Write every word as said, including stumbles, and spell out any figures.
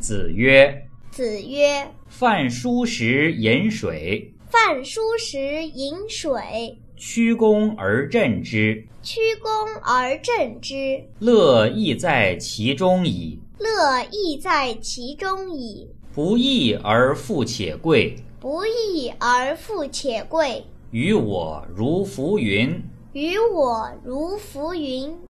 子曰： 子曰： 饭疏时饮水， 饭疏时饮水， 曲肱而振之， 曲肱而振之， 乐亦在其中矣。 乐亦在其中矣。 不义而富且贵， 不义而富且贵， 于我如浮云。 于我如浮云。